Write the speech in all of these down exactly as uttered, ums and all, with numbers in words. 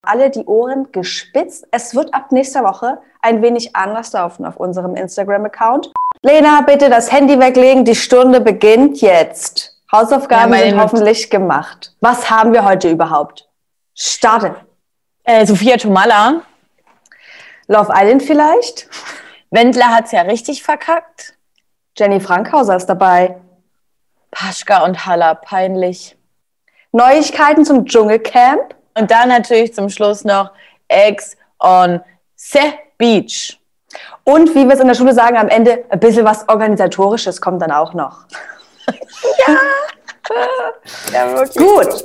Alle die Ohren gespitzt. Es wird ab nächster Woche ein wenig anders laufen auf unserem Instagram-Account. Lena, bitte das Handy weglegen. Die Stunde beginnt jetzt. Hausaufgaben ja, sind hoffentlich gemacht. Was haben wir heute überhaupt? Starte. Äh, Sophia Tomalla. Love Island vielleicht? Wendler hat's ja richtig verkackt. Jenny Frankhauser ist dabei. Paschka und Halla, peinlich. Neuigkeiten zum Dschungelcamp. Und dann natürlich zum Schluss noch Ex on the Beach. Und wie wir es in der Schule sagen, am Ende ein bisschen was Organisatorisches kommt dann auch noch. Ja, ja wirklich. Gut.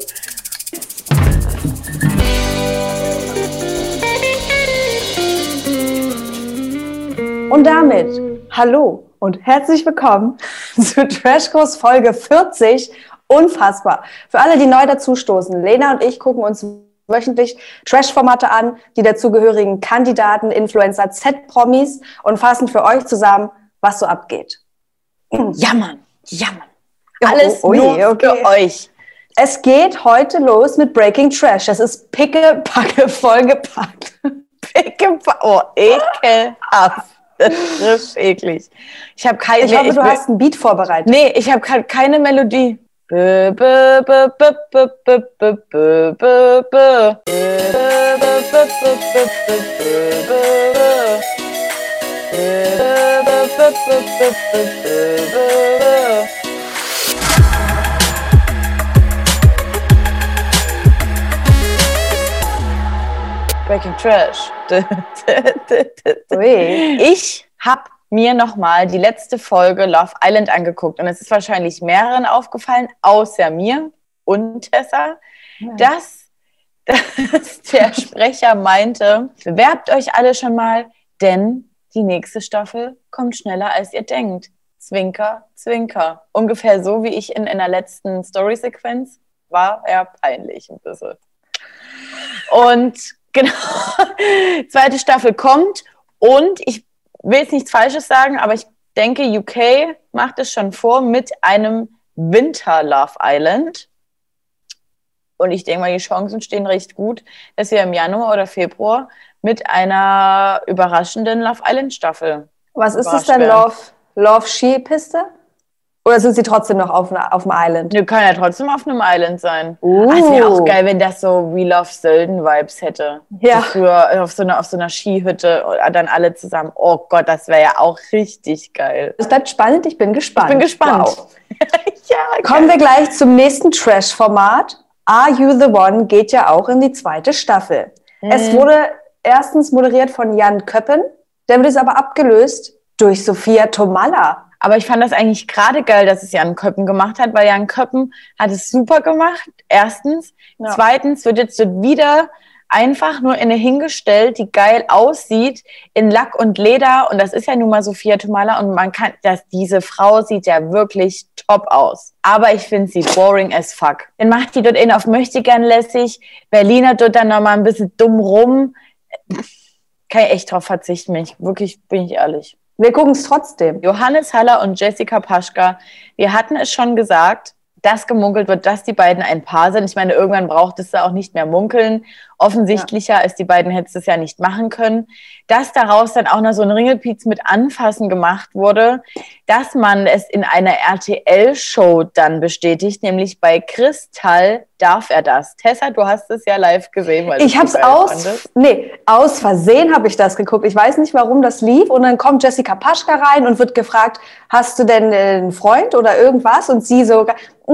Und damit hallo und herzlich willkommen zu Trashkurs Folge vierzig. Unfassbar. Für alle, die neu dazustoßen, Lena und ich gucken uns wöchentlich Trash-Formate an, die dazugehörigen Kandidaten, Influencer, Z-Promis und fassen für euch zusammen, was so abgeht. Jammern, jammern. Alles oh, oh nur je, okay. für euch. Es geht heute los mit Breaking Trash. Das ist picke-packe vollgepackt. Picke-packe, oh, ekelhaft. Das ist eklig. Ich habe keine. Ich hoffe, du hast einen Beat vorbereitet. Nee, ich habe keine Melodie. Bö, bö, bö, bö, bö, bö, bö, bö, bö, bö. Breaking Trash. Ich habe mir nochmal die letzte Folge Love Island angeguckt und es ist wahrscheinlich mehreren aufgefallen, außer mir und Tessa, ja. dass, dass der Sprecher meinte, bewerbt euch alle schon mal, denn die nächste Staffel kommt schneller, als ihr denkt. Zwinker, zwinker. Ungefähr so, wie ich in, in der letzten Story-Sequenz war, ja peinlich ein bisschen. Und genau, zweite Staffel kommt und ich will jetzt nichts Falsches sagen, aber ich denke, U K macht es schon vor mit einem Winter Love Island. Und ich denke mal, die Chancen stehen recht gut, dass wir im Januar oder Februar mit einer überraschenden Love Island Staffel. Was ist das denn, Love, Love Ski-Piste? Oder sind sie trotzdem noch auf, auf dem Island? Ne, kann ja trotzdem auf einem Island sein. Uh. Ah, es wäre auch geil, wenn das so We Love Sölden-Vibes hätte. Ja. So früher auf so einer, auf so einer Skihütte, dann alle zusammen. Oh Gott, das wäre ja auch richtig geil. Es bleibt spannend, ich bin gespannt. Ich bin gespannt. Wow. Ja, kommen wir gleich zum nächsten Trash-Format. Are You the One geht ja auch in die zweite Staffel. Mhm. Es wurde erstens moderiert von Jan Köppen, der wird es aber abgelöst durch Sophia Tomalla. Aber ich fand das eigentlich gerade geil, dass es Jan Köppen gemacht hat, weil Jan Köppen hat es super gemacht, erstens. Ja. Zweitens wird jetzt wieder einfach nur eine hingestellt, die geil aussieht, in Lack und Leder. Und das ist ja nun mal Sophia Tomalla. Und man kann, dass diese Frau sieht ja wirklich top aus. Aber ich finde sie boring as fuck. Dann macht die dort in auf Möchtegern lässig. Berliner dort dann nochmal ein bisschen dumm rum. Kann ich echt drauf verzichten, mich. Wirklich, bin ich ehrlich. Wir gucken es trotzdem. Johannes Haller und Jessica Paschka, wir hatten es schon gesagt, dass gemunkelt wird, dass die beiden ein Paar sind. Ich meine, irgendwann braucht es da auch nicht mehr munkeln. Offensichtlicher ja. als die beiden hätte es ja nicht machen können. Dass daraus dann auch noch so ein Ringelpiez mit Anfassen gemacht wurde, dass man es in einer R T L-Show dann bestätigt, nämlich bei Kristall darf er das. Tessa, du hast es ja live gesehen. Weil ich habe es aus, nee, aus Versehen habe ich das geguckt. Ich weiß nicht, warum das lief. Und dann kommt Jessica Paschka rein und wird gefragt, hast du denn einen Freund oder irgendwas? Und sie so,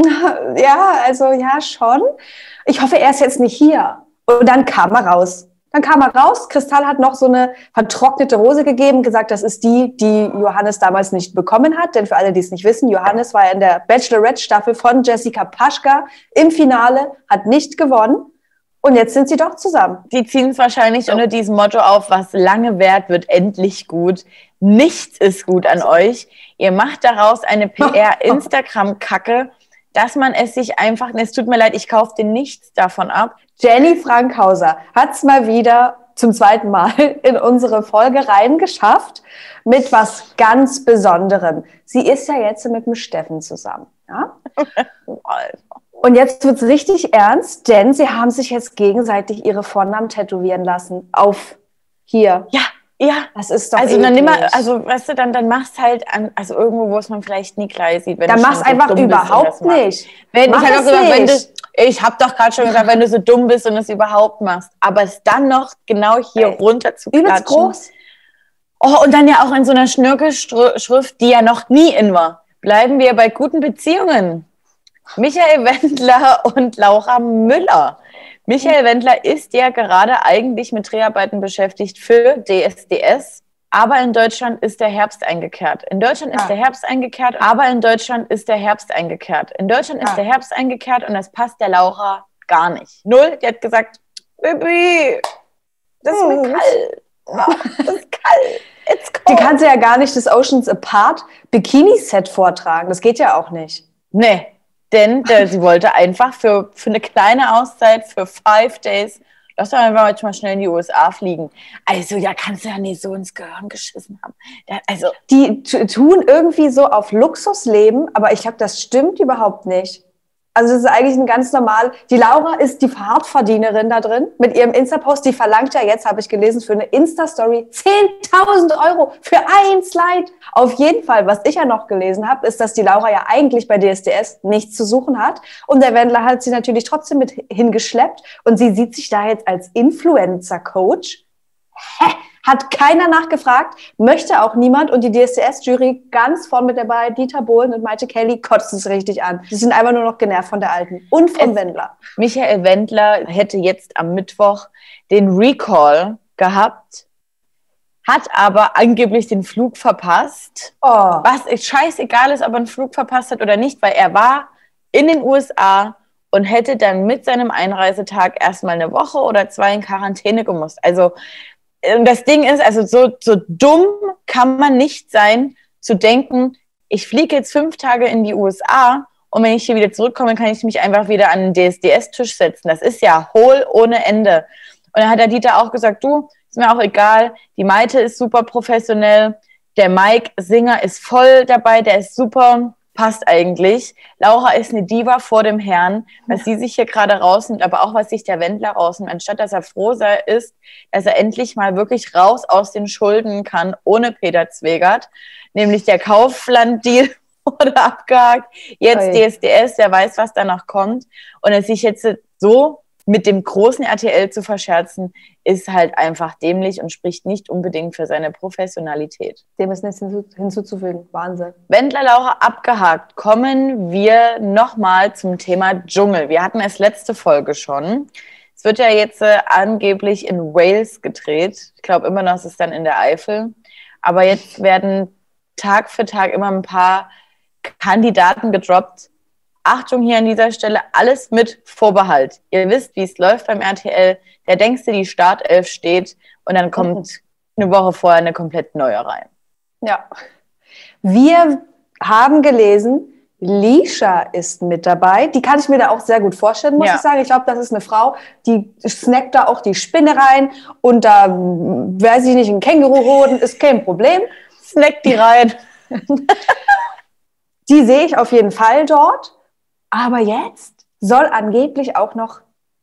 ja, also ja, schon. Ich hoffe, er ist jetzt nicht hier. Und dann kam er raus. Dann kam er raus. Kristall hat noch so eine vertrocknete Rose gegeben, gesagt, das ist die, die Johannes damals nicht bekommen hat. Denn für alle, die es nicht wissen, Johannes war in der Bachelorette-Staffel von Jessica Paschka im Finale, hat nicht gewonnen. Und jetzt sind sie doch zusammen. Die ziehen es wahrscheinlich so unter diesem Motto auf, was lange währt, wird endlich gut. Nichts ist gut an euch. Ihr macht daraus eine P R-Instagram-Kacke, dass man es sich einfach, es tut mir leid, ich kaufe dir nichts davon ab. Jenny Frankhauser hat es mal wieder zum zweiten Mal in unsere Folge reingeschafft mit was ganz Besonderem. Sie ist ja jetzt mit dem Steffen zusammen. Ja? Und jetzt wird's richtig ernst, denn sie haben sich jetzt gegenseitig ihre Vornamen tätowieren lassen. Auf hier. Ja, ja. Das ist doch Also eklig. dann nimm mal, also weißt du, dann, dann mach's halt an, also irgendwo, wo es man vielleicht nie gleich sieht. Wenn Dann du mach's schon so einfach dumm bist und überhaupt das machst. nicht. Wenn, Mach ich habe es gesagt, wenn du, nicht. ich habe doch gerade schon gesagt, wenn du so dumm bist und es überhaupt machst, aber es dann noch genau hier Ey, runter zu Übelst klatschen. groß. Oh, und dann ja auch in so einer Schnörkelschrift, die ja noch nie in war. Bleiben wir bei guten Beziehungen. Michael Wendler und Laura Müller. Michael Wendler ist ja gerade eigentlich mit Dreharbeiten beschäftigt für D S D S, aber in Deutschland ist der Herbst eingekehrt. In Deutschland ist Ah. der Herbst eingekehrt, aber in Deutschland ist der Herbst eingekehrt. In Deutschland ist Ah. der Herbst eingekehrt und das passt der Laura gar nicht. Null, die hat gesagt, Baby, das ist mir Hm. kalt. Oh, das ist kalt. It's Die cold. kannst du ja gar nicht das Oceans Apart Bikini-Set vortragen. Das geht ja auch nicht. Nee, denn äh, sie wollte einfach für, für eine kleine Auszeit, für five days, lass doch einfach jetzt mal schnell in die U S A fliegen. Also, ja, kannst du ja nicht so ins Gehirn geschissen haben. Da, also, Die t- tun irgendwie so auf Luxus leben, aber ich glaube, das stimmt überhaupt nicht. Also das ist eigentlich ein ganz normal. Die Laura ist die Hauptverdienerin da drin mit ihrem Insta-Post. Die verlangt ja jetzt, habe ich gelesen, für eine Insta-Story zehntausend Euro für ein Slide. Auf jeden Fall, was ich ja noch gelesen habe, ist, dass die Laura ja eigentlich bei D S D S nichts zu suchen hat. Und der Wendler hat sie natürlich trotzdem mit hingeschleppt. Und sie sieht sich da jetzt als Influencer-Coach. Hä? Hat keiner nachgefragt, möchte auch niemand. Und die D S D S-Jury ganz vorn mit dabei, Dieter Bohlen und Maite Kelly, kotzt es richtig an. Die sind einfach nur noch genervt von der Alten und vom Es- Wendler. Michael Wendler hätte jetzt am Mittwoch den Recall gehabt, hat aber angeblich den Flug verpasst. Oh, Was ist scheißegal ist, ob er einen Flug verpasst hat oder nicht, weil er war in den U S A und hätte dann mit seinem Einreisetag erstmal eine Woche oder zwei in Quarantäne gemusst. Also äh, das Ding ist, also so, so dumm kann man nicht sein, zu denken, ich fliege jetzt fünf Tage in die U S A und wenn ich hier wieder zurückkomme, kann ich mich einfach wieder an den D S D S-Tisch setzen. Das ist ja hohl ohne Ende. Und dann hat der Dieter auch gesagt, du, ist mir auch egal, die Maite ist super professionell, der Mike Singer ist voll dabei, der ist super, passt eigentlich. Laura ist eine Diva vor dem Herrn, was sie sich hier gerade rausnimmt, aber auch was sich der Wendler rausnimmt, anstatt dass er froh sei, ist, dass er endlich mal wirklich raus aus den Schulden kann, ohne Peter Zwegert, nämlich der Kaufland-Deal wurde abgehakt, jetzt Oi. D S D S, wer weiß, was danach kommt und es sich jetzt so mit dem großen R T L zu verscherzen, ist halt einfach dämlich und spricht nicht unbedingt für seine Professionalität. dem ist nichts hinzu hinzuzufügen. Wahnsinn. Wendler, Laura, abgehakt. Kommen wir nochmal zum Thema Dschungel. Wir hatten es letzte Folge schon. Es wird ja jetzt äh, angeblich in Wales gedreht. Ich glaube immer noch, es ist dann in der Eifel. Aber jetzt werden Tag für Tag immer ein paar Kandidaten gedroppt. Achtung hier an dieser Stelle, alles mit Vorbehalt. Ihr wisst, wie es läuft beim R T L. Der denkst du, die Startelf steht und dann kommt eine Woche vorher eine komplett neue rein. Ja. Wir haben gelesen, Lisha ist mit dabei. Die kann ich mir da auch sehr gut vorstellen, muss Ja. ich sagen. Ich glaube, das ist eine Frau, die snackt da auch die Spinne rein und da, weiß ich nicht, ein Känguruhoden ist kein Problem. Snack die rein. Die sehe ich auf jeden Fall dort. Aber jetzt soll angeblich auch noch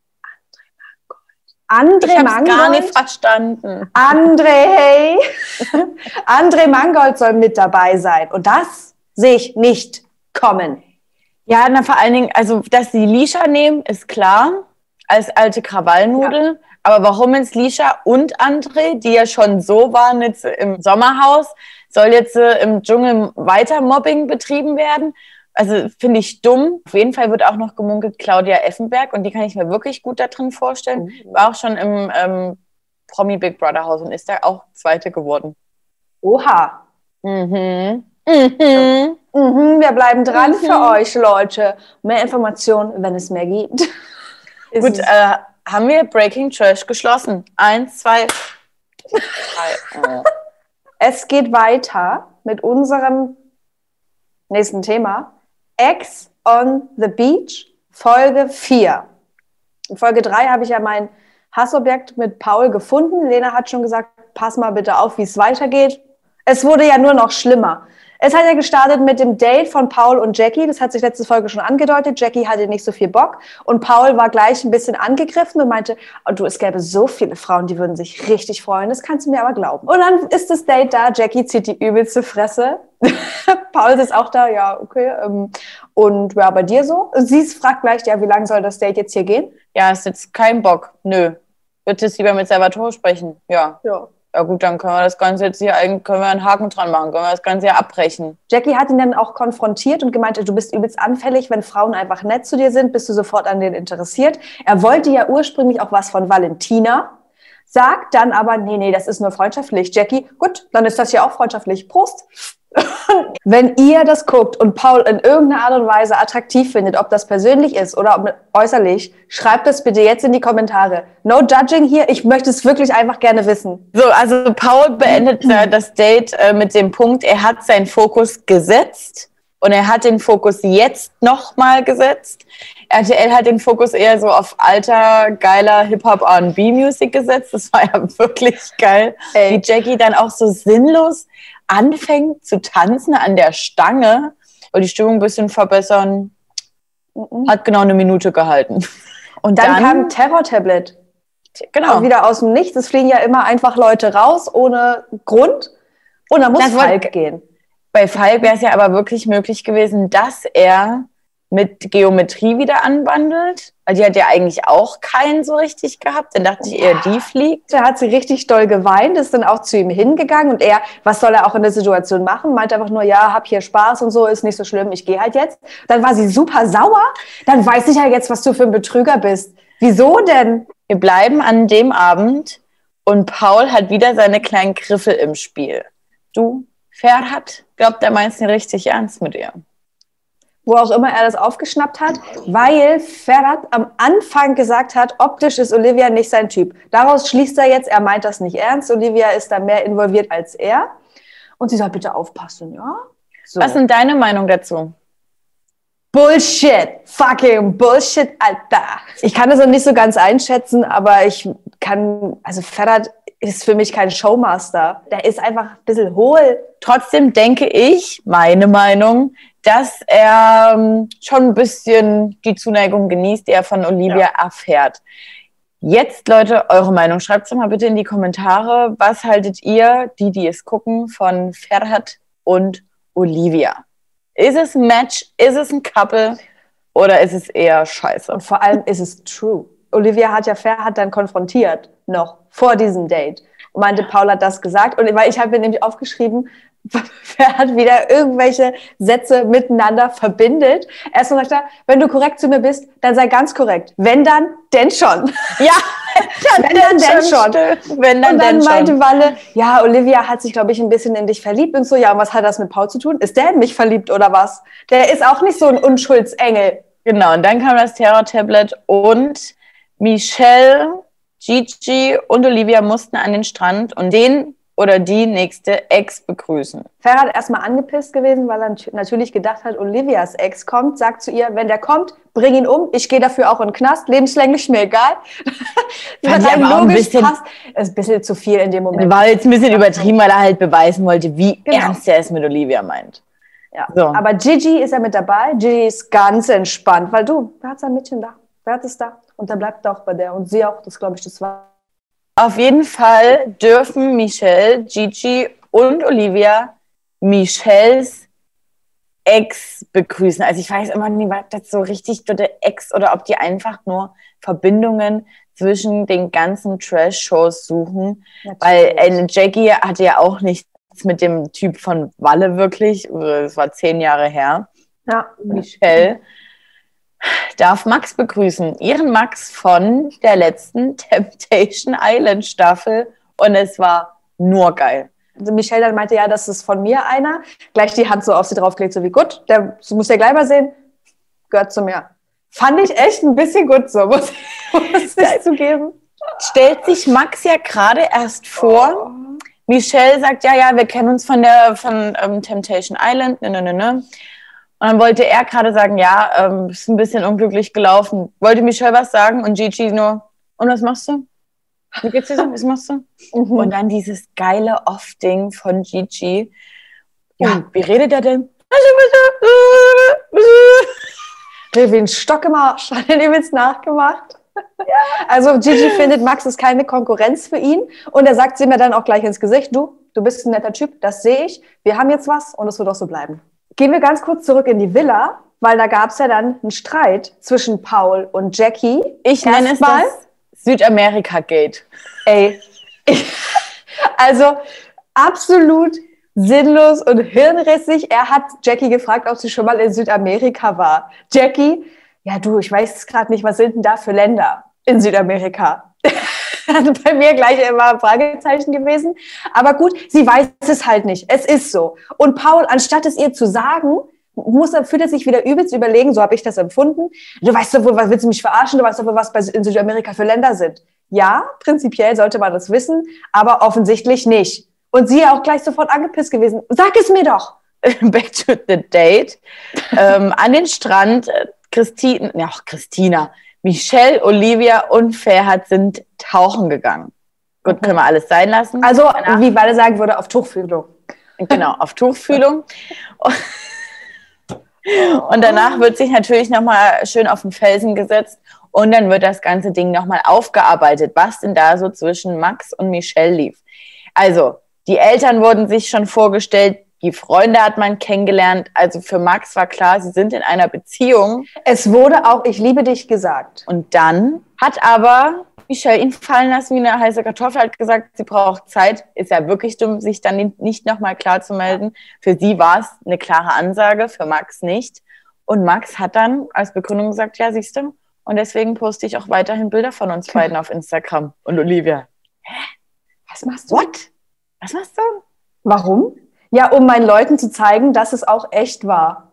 André Ich habe Mangold. gar nicht verstanden. André, hey. André Mangold soll mit dabei sein. Und das sehe ich nicht kommen. Ja, na, vor allen Dingen, also, dass sie Lisha nehmen, ist klar, als alte Krawallnudel. Aber warum jetzt Lisha und André, die ja schon so waren jetzt im Sommerhaus, soll jetzt äh, im Dschungel weiter Mobbing betrieben werden? Also finde ich dumm. Auf jeden Fall wird auch noch gemunkelt Claudia Effenberg und die kann ich mir wirklich gut da drin vorstellen. Mhm. War auch schon im ähm, Promi Big Brother Haus und ist da auch Zweite geworden. Oha. Mhm. Mhm. Mhm, wir bleiben dran Mhm. für euch, Leute. Mehr Informationen, wenn es mehr gibt. Ist Gut, es- äh, haben wir Breaking Trash geschlossen. Eins, zwei, drei. Oh. Es geht weiter mit unserem nächsten Thema. Ex on the Beach, Folge vier. In Folge drei habe ich ja mein Hassobjekt mit Paul gefunden. Lena hat schon gesagt, pass mal bitte auf, wie es weitergeht. Es wurde ja nur noch schlimmer. Es hat ja gestartet mit dem Date von Paul und Jackie. Das hat sich letzte Folge schon angedeutet. Jackie hatte nicht so viel Bock. Und Paul war gleich ein bisschen angegriffen und meinte, oh, du, es gäbe so viele Frauen, die würden sich richtig freuen. Das kannst du mir aber glauben. Und dann ist das Date da. Jackie zieht die übelste Fresse. Paul ist auch da. Ja, okay. Und ja, bei dir so? Sie fragt gleich, ja, wie lange soll das Date jetzt hier gehen? Ja, ist jetzt kein Bock. Nö. Wird es lieber mit Salvatore sprechen? Ja. Ja. Ja gut, dann können wir das Ganze jetzt hier, können wir einen Haken dran machen, können wir das Ganze hier abbrechen. Jackie hat ihn dann auch konfrontiert und gemeint, du bist übelst anfällig, wenn Frauen einfach nett zu dir sind, bist du sofort an denen interessiert. Er wollte ja ursprünglich auch was von Valentina, sagt dann aber, nee, nee, das ist nur freundschaftlich. Jackie, gut, dann ist das ja auch freundschaftlich. Prost! Wenn ihr das guckt und Paul in irgendeiner Art und Weise attraktiv findet, ob das persönlich ist oder ob äußerlich, schreibt es bitte jetzt in die Kommentare. No judging hier, ich möchte es wirklich einfach gerne wissen. So, also Paul beendet äh, das Date äh, mit dem Punkt, er hat seinen Fokus gesetzt und er hat den Fokus jetzt nochmal gesetzt. R T L hat den Fokus eher so auf alter, geiler Hip-Hop R und B-Musik gesetzt. Das war ja wirklich geil. Ey. Wie Jackie dann auch so sinnlos anfängt zu tanzen an der Stange und die Stimmung ein bisschen verbessern, hat genau eine Minute gehalten. Und dann, dann kam Terror-Tablet. Genau. Auch wieder aus dem Nichts. Es fliegen ja immer einfach Leute raus, ohne Grund. Und dann muss das Falk war, gehen. Bei Falk wäre es ja aber wirklich möglich gewesen, dass er mit Geometrie wieder anbandelt. Weil die hat ja eigentlich auch keinen so richtig gehabt. Dann dachte ich eher, die fliegt. Da hat sie richtig doll geweint, ist dann auch zu ihm hingegangen. Und er, was soll er auch in der Situation machen? Meinte einfach nur, ja, hab hier Spaß und so, ist nicht so schlimm, ich gehe halt jetzt. Dann war sie super sauer. Dann weiß ich ja jetzt, was du für ein Betrüger bist. Wieso denn? Wir bleiben an dem Abend und Paul hat wieder seine kleinen Griffel im Spiel. Du, Ferhat, glaubt, er meint es nicht richtig ernst mit ihr. Wo auch immer er das aufgeschnappt hat, weil Ferhat am Anfang gesagt hat, optisch ist Olivia nicht sein Typ. Daraus schließt er jetzt, er meint das nicht ernst. Olivia ist da mehr involviert als er. Und sie soll bitte aufpassen, ja? So. Was ist denn deine Meinung dazu? Bullshit, fucking Bullshit, Alter. Ich kann das noch nicht so ganz einschätzen, aber ich kann, also Ferhat ist für mich kein Showmaster. Der ist einfach ein bisschen hohl. Trotzdem denke ich, meine Meinung, dass er ähm, schon ein bisschen die Zuneigung genießt, die er von Olivia ja. erfährt. Jetzt, Leute, eure Meinung. Schreibt es doch mal bitte in die Kommentare. Was haltet ihr, die, die es gucken, von Ferhat und Olivia? Ist es ein Match? Ist es ein Couple? Oder ist es eher scheiße? Und vor allem ist es true. Olivia hat ja Ferhat dann konfrontiert, noch vor diesem Date. Und meinte, Paul hat das gesagt. Und weil ich habe mir nämlich aufgeschrieben, Ferhat wieder irgendwelche Sätze miteinander verbindet. Erstmal sagt er, wenn du korrekt zu mir bist, dann sei ganz korrekt. Wenn dann, denn schon. Ja, dann, wenn dann, denn schon. schon. Wenn dann, und dann denn meinte schon. Walle, ja, Olivia hat sich, glaube ich, ein bisschen in dich verliebt und so. Ja, und was hat das mit Paul zu tun? Ist der in mich verliebt oder was? Der ist auch nicht so ein Unschuldsengel. Genau, und dann kam das Terror-Tablet und Michelle, Gigi und Olivia mussten an den Strand und den oder die nächste Ex begrüßen. Ferhat erstmal angepisst gewesen, weil er natürlich gedacht hat, Olivias Ex kommt, sagt zu ihr, wenn der kommt, bring ihn um, ich gehe dafür auch in den Knast, lebenslänglich, mir egal. Fand ich aber auch ein bisschen, passt. Das ist ein bisschen zu viel in dem Moment. War jetzt ein bisschen übertrieben, weil er halt beweisen wollte, wie genau. ernst er es mit Olivia meint. Ja. So. Aber Gigi ist ja mit dabei, Gigi ist ganz entspannt, weil du, wer hat sein Mädchen da, wer hat es da? Und dann bleibt er auch bei der und sie auch, das glaube ich, das war. Auf jeden Fall dürfen Michelle, Gigi und Olivia Michelles Ex begrüßen. Also ich weiß immer nicht, was das so richtig tote Ex oder ob die einfach nur Verbindungen zwischen den ganzen Trash-Shows suchen. Natürlich. Weil äh, Jackie hatte ja auch nichts mit dem Typ von Walle wirklich. Das war zehn Jahre her. Ja. Michelle darf Max begrüßen. Ihren Max von der letzten Temptation Island Staffel. Und es war nur geil. Also Michelle dann meinte, ja, das ist von mir einer. Gleich die Hand so auf sie draufgelegt, so wie gut. Der muss ja gleich mal sehen. Gehört zu mir. Fand ich echt ein bisschen gut so, muss ich, muss ich zugeben. Stellt sich Max ja gerade erst vor. Oh. Michelle sagt, ja, ja, wir kennen uns von der von ähm, Temptation Island. Ne, ne, ne, ne. Und dann wollte er gerade sagen, ja, ähm, ist ein bisschen unglücklich gelaufen. Wollte Michelle was sagen und Gigi nur, und was machst du? Wie geht's dir so? Was machst du? Mhm. Und dann dieses geile Off-Ding von Gigi. Ja, wie redet er denn? Wie ein Stock im Arsch, hat er übelst nachgemacht. Ja. Also Gigi findet, Max ist keine Konkurrenz für ihn und er sagt sie mir dann auch gleich ins Gesicht, du, du bist ein netter Typ, das sehe ich, wir haben jetzt was und es wird auch so bleiben. Gehen wir ganz kurz zurück in die Villa, weil da gab es ja dann einen Streit zwischen Paul und Jackie. Ich nenne es mal Südamerika-Gate. Ey, ich, also absolut sinnlos und hirnrissig. Er hat Jackie gefragt, ob sie schon mal in Südamerika war. Jackie, ja du, ich weiß es gerade nicht, was sind denn da für Länder in Südamerika? Also bei mir gleich immer ein Fragezeichen gewesen. Aber gut, sie weiß es halt nicht. Es ist so. Und Paul, anstatt es ihr zu sagen, muss er, fühlt er sich wieder übelst überlegen, so habe ich das empfunden. Du weißt doch wohl, was willst du mich verarschen? Du weißt doch wohl, was bei, in Südamerika für Länder sind. Ja, prinzipiell sollte man das wissen, aber offensichtlich nicht. Und sie auch gleich sofort angepisst gewesen. Sag es mir doch! Back to the date. ähm, an den Strand, Christine, ja, Christina, Michelle, Olivia und Ferhat sind tauchen gegangen. Gut, können wir alles sein lassen. Also, danach, wie Walle sagen würde, auf Tuchfühlung. Genau, auf Tuchfühlung. Und danach wird sich natürlich nochmal schön auf den Felsen gesetzt und dann wird das ganze Ding nochmal aufgearbeitet, was denn da so zwischen Max und Michelle lief. Also, die Eltern wurden sich schon vorgestellt, die Freunde hat man kennengelernt. Also für Max war klar, sie sind in einer Beziehung. Es wurde auch, ich liebe dich gesagt. Und dann hat aber Michelle ihn fallen lassen wie eine heiße Kartoffel, hat gesagt, sie braucht Zeit. Ist ja wirklich dumm, sich dann nicht nochmal klar zu melden. Für sie war es eine klare Ansage, für Max nicht. Und Max hat dann als Begründung gesagt, ja, siehst du, und deswegen poste ich auch weiterhin Bilder von uns beiden auf Instagram. Und Olivia, hä? Was machst du? What? Was machst du? Warum? Ja, um meinen Leuten zu zeigen, dass es auch echt war.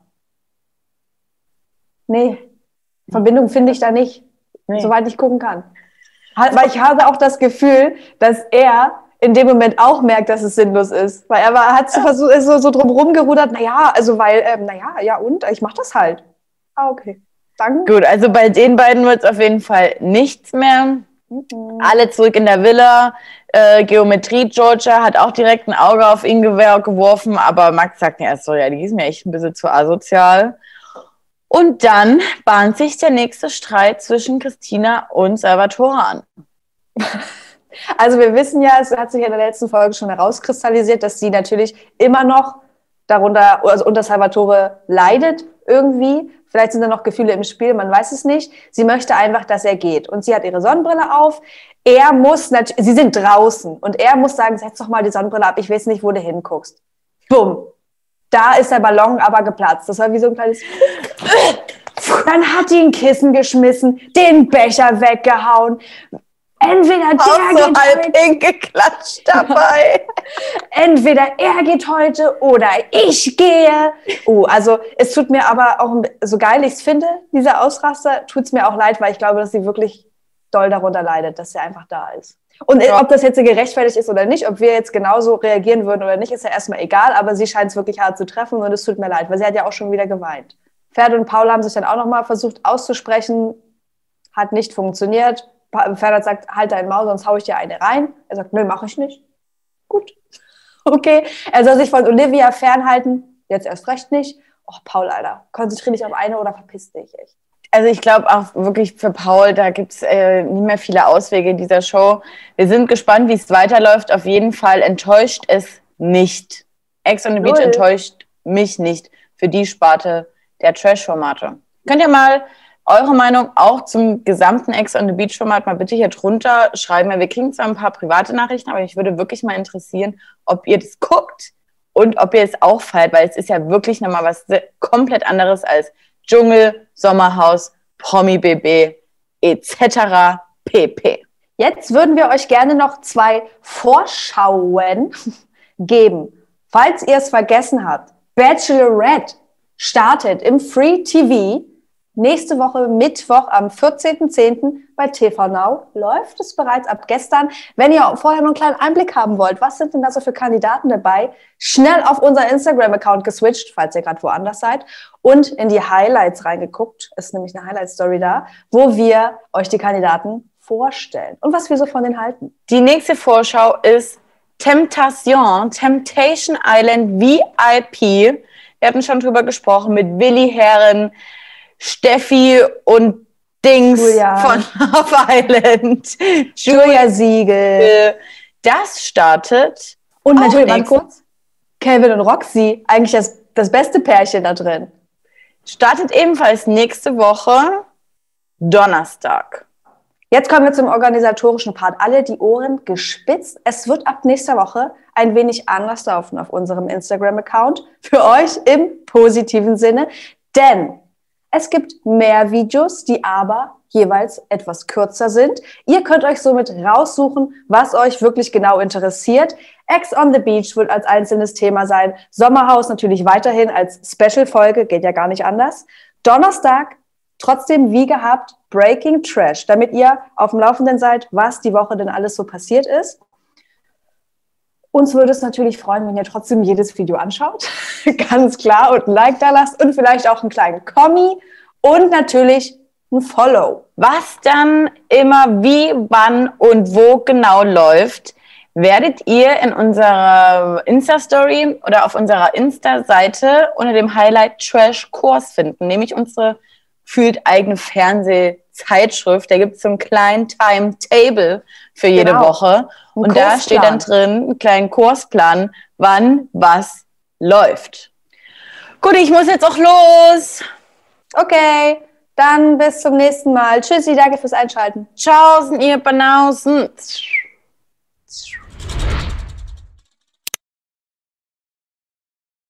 Nee, Verbindung finde ich da nicht, nee. Soweit ich gucken kann. Weil ich habe auch das Gefühl, dass er in dem Moment auch merkt, dass es sinnlos ist. Weil er war, hat so, versucht, ist so, so drum rumgerudert, naja, also weil, ähm, naja, ja und? Ich mach das halt. Ah, okay. Danke. Gut, also bei den beiden wird es auf jeden Fall nichts mehr. Mhm. Alle zurück in der Villa. Äh, Geometrie Georgia hat auch direkt ein Auge auf ihn geworfen, aber Max sagt mir erst so, ja, die ist mir echt ein bisschen zu asozial. Und dann bahnt sich der nächste Streit zwischen Christina und Salvatore an. Also wir wissen ja, es hat sich in der letzten Folge schon herauskristallisiert, dass sie natürlich immer noch darunter, also unter Salvatore leidet irgendwie. Vielleicht sind da noch Gefühle im Spiel, man weiß es nicht. Sie möchte einfach, dass er geht. Und sie hat ihre Sonnenbrille auf. Er muss, nat- sie sind draußen. Und er muss sagen, setz doch mal die Sonnenbrille ab, ich weiß nicht, wo du hinguckst. Bumm. Da ist der Ballon aber geplatzt. Das war wie so ein kleines... Dann hat die ein Kissen geschmissen, den Becher weggehauen. Entweder der auch so geht halb heute, hingeklatscht dabei. Entweder er geht heute oder ich gehe. Oh, also es tut mir aber auch, so geil ich es finde, dieser Ausraster, tut es mir auch leid, weil ich glaube, dass sie wirklich doll darunter leidet, dass er einfach da ist. Und ja. Ob das jetzt gerechtfertigt ist oder nicht, ob wir jetzt genauso reagieren würden oder nicht, ist ja erstmal egal, aber sie scheint es wirklich hart zu treffen und es tut mir leid, weil sie hat ja auch schon wieder geweint. Pferd und Paul haben sich dann auch nochmal versucht auszusprechen, hat nicht funktioniert. Ferhat sagt, halt dein Maul, sonst hau ich dir eine rein. Er sagt, nö, mache ich nicht. Gut. Okay. Er soll sich von Olivia fernhalten. Jetzt erst recht nicht. Oh, Paul, Alter, konzentrier dich auf eine oder verpiss dich, echt. Also ich glaube auch wirklich für Paul, da gibt es äh, nicht mehr viele Auswege in dieser Show. Wir sind gespannt, wie es weiterläuft. Auf jeden Fall enttäuscht es nicht. Ex on the Beach enttäuscht mich nicht für die Sparte der Trash-Formate. Könnt ihr mal eure Meinung auch zum gesamten Ex on the Beach-Format mal bitte hier drunter schreiben. Wir kriegen zwar ein paar private Nachrichten, aber mich würde wirklich mal interessieren, ob ihr das guckt und ob ihr es auch feiert, weil es ist ja wirklich nochmal was komplett anderes als Dschungel, Sommerhaus, Promi-B B et cetera pp. Jetzt würden wir euch gerne noch zwei Vorschauen geben. Falls ihr es vergessen habt, Bachelorette startet im Free T V nächste Woche Mittwoch am vierzehnten zehnten bei T V Now. Läuft es bereits ab gestern. Wenn ihr vorher noch einen kleinen Einblick haben wollt, was sind denn da so für Kandidaten dabei, schnell auf unser Instagram-Account geswitcht, falls ihr gerade woanders seid, und in die Highlights reingeguckt. Ist nämlich eine Highlight-Story da, wo wir euch die Kandidaten vorstellen und was wir so von denen halten. Die nächste Vorschau ist Temptation, Temptation Island V I P. Wir hatten schon drüber gesprochen mit Willi Herren, Steffi und Dings Julia. von Love Island. Julia Siegel. Das startet. Und natürlich, ganz kurz, Calvin und Roxy, eigentlich das, das beste Pärchen da drin. Startet ebenfalls nächste Woche Donnerstag. Jetzt kommen wir zum organisatorischen Part. Alle die Ohren gespitzt. Es wird ab nächster Woche ein wenig anders laufen auf unserem Instagram-Account. Für euch im positiven Sinne. Denn es gibt mehr Videos, die aber jeweils etwas kürzer sind. Ihr könnt euch somit raussuchen, was euch wirklich genau interessiert. Ex on the Beach wird als einzelnes Thema sein. Sommerhaus natürlich weiterhin als Special-Folge, geht ja gar nicht anders. Donnerstag trotzdem wie gehabt Breaking Trash, damit ihr auf dem Laufenden seid, was die Woche denn alles so passiert ist. Uns würde es natürlich freuen, wenn ihr trotzdem jedes Video anschaut, ganz klar, und ein Like da lasst und vielleicht auch einen kleinen Kommi und natürlich ein Follow. Was dann immer wie, wann und wo genau läuft, werdet ihr in unserer Insta-Story oder auf unserer Insta-Seite unter dem Highlight Trash Kurs finden, nämlich unsere fühlt eigene Fernsehzeitschrift. Da gibt es so einen kleinen Timetable für jede Genau. Woche. Ein Und da Kursplan. steht dann drin, einen kleinen Kursplan, wann was läuft. Gut, ich muss jetzt auch los. Okay, dann bis zum nächsten Mal. Tschüssi, danke fürs Einschalten. Tschaußen, ihr Banausen.